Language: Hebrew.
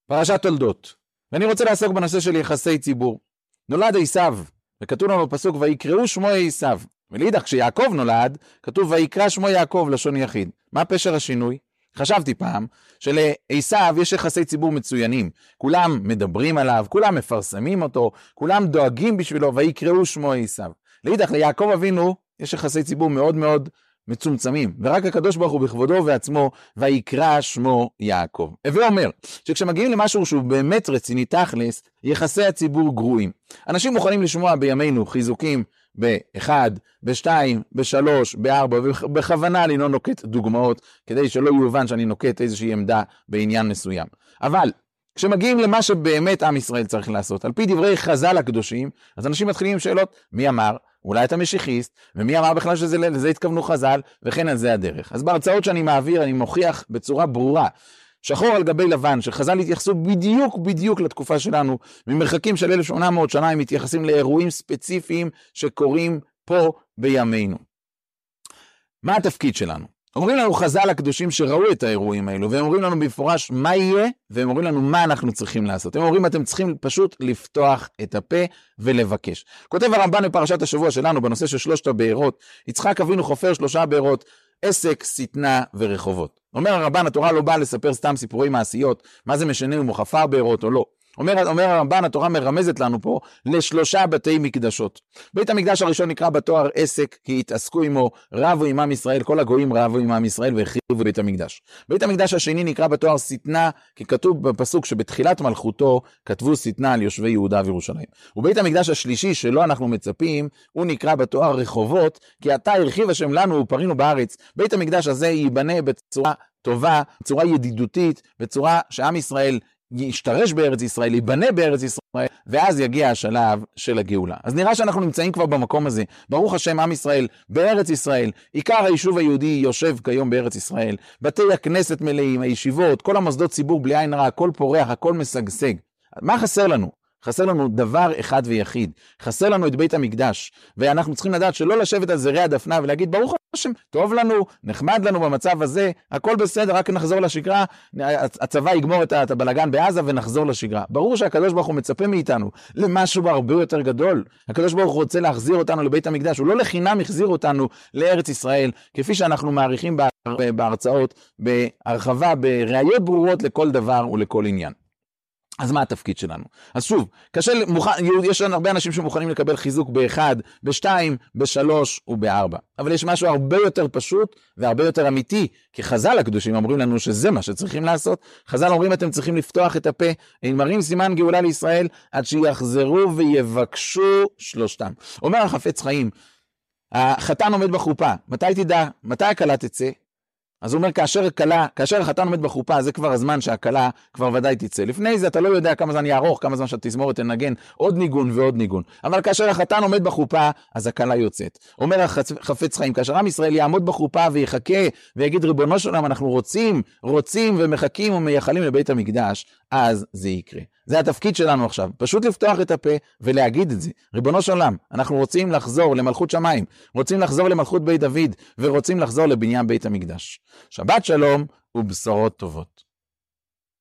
פרשת תולדות. ואני רוצה לעסוק בנושא של יחסי ציבור. נולד עשיו, וכתוב לנו בפסוק ויקראו שמו עשיו. ולהידך כשיעקב נולד, כתוב ויקרא שמו יעקב לשון יחיד. מה פשר השינוי? חשבתי פעם שלעשיו יש יחסי ציבור מצוינים. כולם מדברים עליו, כולם מפרסמים אותו, כולם דואגים בשבילו ויקראו שמו עשיו. להידך ליעקב אבינו יש יחסי ציבור מאוד מאוד מצומצמים, ורק הקדוש ברוך הוא בכבודו ועצמו ויקרא שמו יעקב. הווה אומר שכשמגיעים למשהו שהוא באמת רציני תכלס, יחסי הציבור גרועים. אנשים מוכנים לשמוע בימינו חיזוקים ב-1, ב-2, ב-3, ב-4, ובכוונה אני לא נוקט דוגמאות, כדי שלא יובן שאני נוקט איזושהי עמדה בעניין מסוים. אבל כשמגיעים למה שבאמת עם ישראל צריך לעשות, על פי דברי חז"ל הקדושים, אז אנשים מתחילים עם שאלות, מי אמר? אולי אתה משיחיסט, ומי אמר בכלל לזה התכוונו חז"ל, וכן על זה הדרך. אז בהרצאות שאני מעביר, אני מוכיח בצורה ברורה, שחור על גבי לבן, שחז"ל התייחסו בדיוק לתקופה שלנו, ממרחקים של 1800 שנה, הם מתייחסים לאירועים ספציפיים שקורים פה בימינו. מה התפקיד שלנו? אומרים לנו חז"ל הקדושים שראו את האירועים האלו, והם אומרים לנו במפורש מה יהיה, והם אומרים לנו מה אנחנו צריכים לעשות. הם אומרים אתם צריכים פשוט לפתוח את הפה ולבקש. כותב הרמב"ן בפרשת השבוע שלנו בנושא של 3 הבארות, יצחק אבינו חופר 3 בארות, עסק, שטנה ורחובות. אומר הרמב"ן, התורה לא באה לספר סתם סיפורי מעשיות, מה זה משנה אם הוא חפר בארות או לא. אומר הרמב"ן, התורה מרמזת לנו פה ל3 בתי מקדשות. בית המקדש הראשון נקרא בתואר עסק, כי התעסקו עמו, רבו עמם ישראל, כל הגויים רבו עמם ישראל והחריבו בית המקדש. בית המקדש השני נקרא בתואר שטנה, כי כתוב בפסוק שבתחילת מלכותו כתבו שטנה על יושבי יהודה וירושלים. ובית המקדש השלישי שלו אנחנו מצפים, הוא נקרא בתואר רחובות, כי עתה הרחיב השם לנו ופרינו בארץ. בית המקדש הזה ייבנה בצורה טובה, בצורה ידידותית, בצורה שעם ישראל ישתרש בארץ ישראל, ייבנה בארץ ישראל, ואז יגיע השלב של הגאולה. אז נראה שאנחנו נמצאים כבר במקום הזה. ברוך השם, עם ישראל בארץ ישראל, עיקר היישוב היהודי יושב כיום בארץ ישראל, בתי הכנסת מלאים, הישיבות, כל המוסדות ציבור בלי עין רע, הכל פורח, הכל משגשג. מה חסר לנו? חסר לנו דבר אחד ויחיד, חסר לנו את בית המקדש, ואנחנו צריכים לדעת שלא לשבת על זרי הדפנה ולהגיד ברוך השם, טוב לנו, נחמד לנו במצב הזה, הכל בסדר, רק נחזור לשגרה, הצבא יגמור את הבלגן בעזה ונחזור לשגרה. ברור שהקדוש ברוך הוא מצפה מאיתנו למשהו הרבה יותר גדול. הקדוש ברוך הוא רוצה להחזיר אותנו לבית המקדש, הוא לא לחינם החזיר אותנו לארץ ישראל, כפי שאנחנו מעריכים בהרצאות, בהרחבה, בראיות ברורות לכל דבר ולכל עניין. אז מה התפקיד שלנו? אז שוב, יש הרבה אנשים שמוכנים לקבל חיזוק ב1, ב2, ב3 וב4. אבל יש משהו הרבה יותר פשוט והרבה יותר אמיתי, כי חז"ל הקדושים אומרים לנו שזה מה שצריכים לעשות. חז"ל אומרים אתם צריכים לפתוח את הפה, הם מראים סימן גאולה לישראל, עד שיחזרו ויבקשו 3. אומר החפץ חיים, החתן עומד בחופה, מתי תדע? מתי הכלה תצא? אז הוא אומר, כאשר החתן עומד בחופה, זה כבר הזמן שהכלה כבר ודאי תצא. לפני זה אתה לא יודע כמה זמן יערוך, כמה זמן שהתזמורת תנגן, עוד ניגון ועוד ניגון. אבל כאשר החתן עומד בחופה, אז הכלה יוצאת. אומר החפץ חיים, כאשר עם ישראל יעמוד בחופה ויחכה, ויגיד ריבונו של עולם, אנחנו רוצים ומחכים ומייחלים לבית המקדש, אז זה יקרה. זה התפקיד שלנו עכשיו, פשוט לפתוח את הפה ולהגיד את זה. ריבונו של עולם, אנחנו רוצים לחזור למלכות שמיים, רוצים לחזור למלכות בית דוד, ורוצים לחזור לבניין בית המקדש. שבת שלום ובשורות טובות.